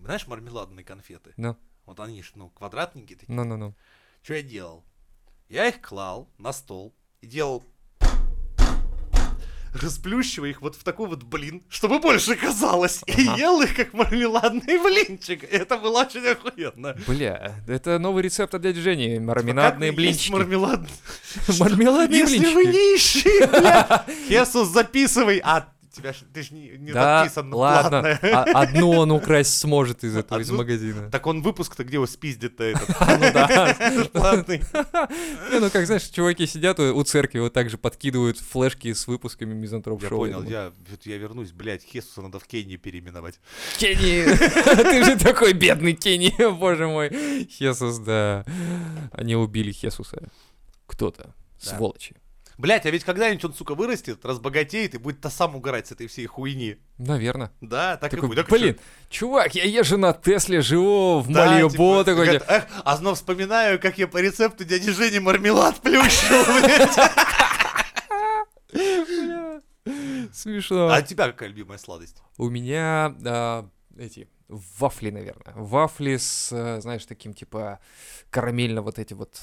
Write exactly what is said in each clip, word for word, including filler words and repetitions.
Знаешь, мармеладные конфеты? Ну. Вот они ж, ну, квадратненькие такие. Ну-ну-ну. Что я делал? Я их клал на стол и делал... расплющивая их вот в такой вот блин, чтобы больше казалось. Ага. И ел их как мармеладный блинчик. Это было очень охуенно. Бля, это новый рецепт от дяди Жени. Мармеладные как блинчики. Мармелад... Мармеладные Если блинчики. вы нищие, бля, Хесус, записывай. А тебя ж, ты ж не, не да, подписан на ладно. платное. А, одну он украсть сможет из этого, из Одну? магазина. Так он выпуск-то где его спиздит-то этот? Ну да. Платный. Не, ну как, знаешь, чуваки сидят у церкви, вот так же подкидывают флешки с выпусками Мизантроп Я Шоу. понял, я, я вернусь, блядь, Хесуса надо в Кении переименовать. Кенни! Ты же такой бедный Кенни, боже мой. Хесус, да. Они убили Хесуса. Кто-то. Сволочи. Блять, а ведь когда-нибудь он, сука, вырастет, разбогатеет и будет-то сам угорать с этой всей хуйни. Наверное. Да, так такой, и будет. Блин, чувак, я езжу на Тесле, живу в да, Малибу. Типа, такой, эх, а снова вспоминаю, как я по рецепту дяди Жени мармелад плющил, блядь. Смешно. А у тебя какая любимая сладость? У меня а, эти вафли, наверное. Вафли с, знаешь, таким типа карамельно вот эти вот...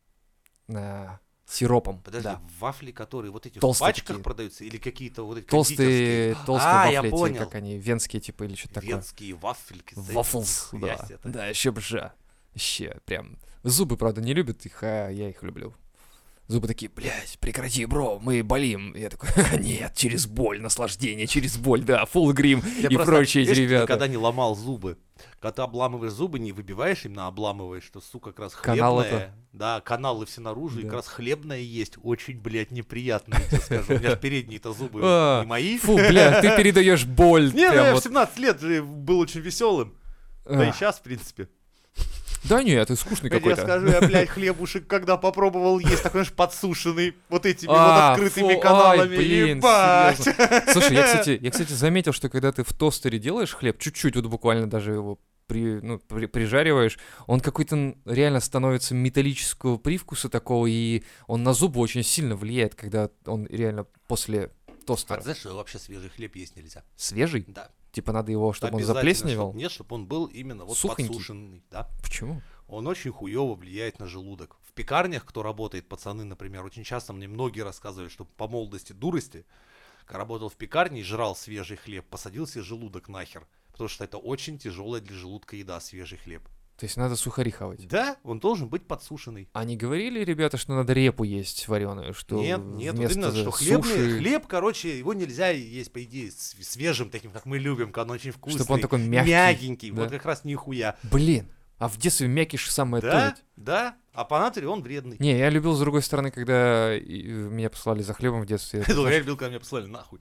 А, сиропом. Подожди, да. вафли, которые вот эти толстые в пачках такие. Продаются или какие-то вот эти толстые, толстые а, вафли, я эти, понял. как они, венские типа или что-то такое. Венские вафельки. Waffles, да. Да, еще бжа. Вообще, прям. Зубы, правда, не любят их, а я их люблю. Зубы такие, блядь, прекрати, бро, мы болим. И я такой, нет, через боль, наслаждение, через боль, да, full грим и прочие эти ребята. Я никогда не ломал зубы. Когда ты обламываешь зубы, не выбиваешь, именно обламываешь, что, сука, как раз хлебное. Да, каналы все наружу, да. И как раз хлебное есть. Очень, блядь, неприятно, я тебе скажу. У меня передние-то зубы не мои. Фу, блядь, ты передаешь боль. Не, ну я в семнадцать лет же был очень веселым. Да и сейчас, в принципе. Да нет, ты скучный какой-то. Я скажу, я, блядь, хлебушек, когда попробовал есть, такой, знаешь, подсушенный, вот этими а, вот открытыми фу, каналами. Ай, блин, слушай, я кстати, я, кстати, заметил, что когда ты в тостере делаешь хлеб, чуть-чуть, вот буквально даже его при, ну, при, прижариваешь, он какой-то реально становится металлического привкуса такого, и он на зубы очень сильно влияет, когда он реально после тостера. А знаешь, что вообще свежий хлеб есть нельзя? Свежий? Да. Типа надо его, чтобы он заплесневел? Чтоб, нет, чтобы он был именно вот сухонький. Подсушенный. Да. Почему? Он очень хуёво влияет на желудок. В пекарнях, кто работает, пацаны, например, очень часто мне многие рассказывали, что по молодости, дурости, когда работал в пекарне и жрал свежий хлеб, посадил себе желудок нахер. Потому что это очень тяжелая для желудка еда, свежий хлеб. То есть надо сухари хавать? Да, он должен быть подсушенный. А не говорили, ребята, что надо репу есть вареную? Что нет, нет, вот именно, что хлебный, суши... хлеб, короче, его нельзя есть, по идее, свежим таким, как мы любим, когда он очень вкусный. Чтобы он такой мягкий. Мягенький, да? Вот как раз нихуя. Блин, а в детстве мякиш самое да, то ведь. Да, а по натуре он вредный. Не, я любил, с другой стороны, когда меня послали за хлебом в детстве. Я любил, когда меня послали нахуй.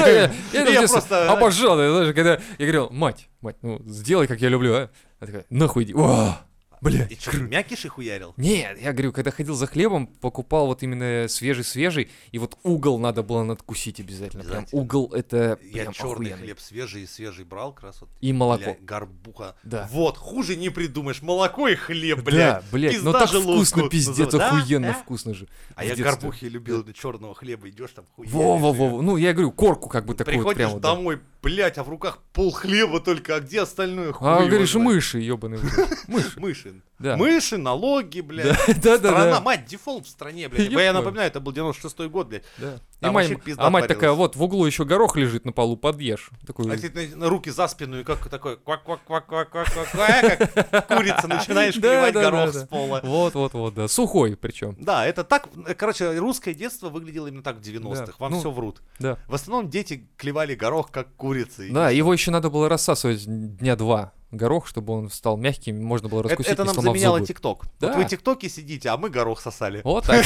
Я просто обожал, когда я говорил, мать, мать, ну сделай, как я люблю, а. Она такая, нахуй иди. Блядь. И что, мякиши хуярил? Нет, я говорю, когда ходил за хлебом, покупал вот именно свежий-свежий, и вот угол надо было надкусить обязательно. обязательно. Прям угол это я прям черный охуенный. Хлеб свежий и свежий брал, как раз вот. И молоко. Бля, горбуха. Да. Вот, хуже не придумаешь. Молоко и хлеб, блядь. Да, блядь, пизда ну так желудку. вкусно, пиздец, да? охуенно да? вкусно же. А я горбухи любил до черного хлеба, идешь там хуяришь. Во-во-во, ну я говорю, корку как бы такую вот приходишь прямо. домой, да. Блядь, а в руках пол хлеба только, а где остальное хуй? А говоришь, мыши, ебаные. Мыши. Мыши. Да. Мыши, налоги, блядь. Да, да, Страна, да. мать, дефолт в стране, блядь. Я напоминаю, это был девяносто шестой год, блядь. Да. И мать, а мать такая, вот в углу еще горох лежит на полу, подъешь. Такой... А ты на, на руки за спину и как такой квак-квак-квак-квак-квак-квак, как курица начинаешь клевать горох с пола. Вот-вот-вот, да, сухой причем. Да, это так, короче, русское детство выглядело именно так в девяностых, вам все врут. Да. В основном дети клевали горох как курицы. Да, его еще надо было рассасывать дня два. Горох, чтобы он стал мягким, можно было раскусить, это, это не нам сломав заменяло зубы. ТикТок. Да. Вот вы в ТикТоке сидите, а мы горох сосали. Вот так.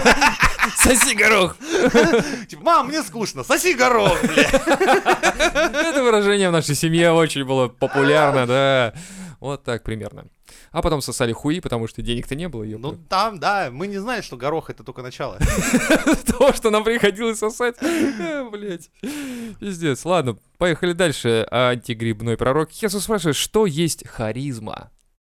Соси горох. Типа, мам, мне скучно, соси горох, блядь. Это выражение в нашей семье очень было популярно, да. Вот так примерно. А потом сосали хуи, потому что денег-то не было. Ну там, да, мы не знали, что горох это только начало. То, что нам приходилось сосать. Блять. Пиздец. Ладно, поехали дальше. Антигрибной пророк Хесус спрашивает, что есть харизма?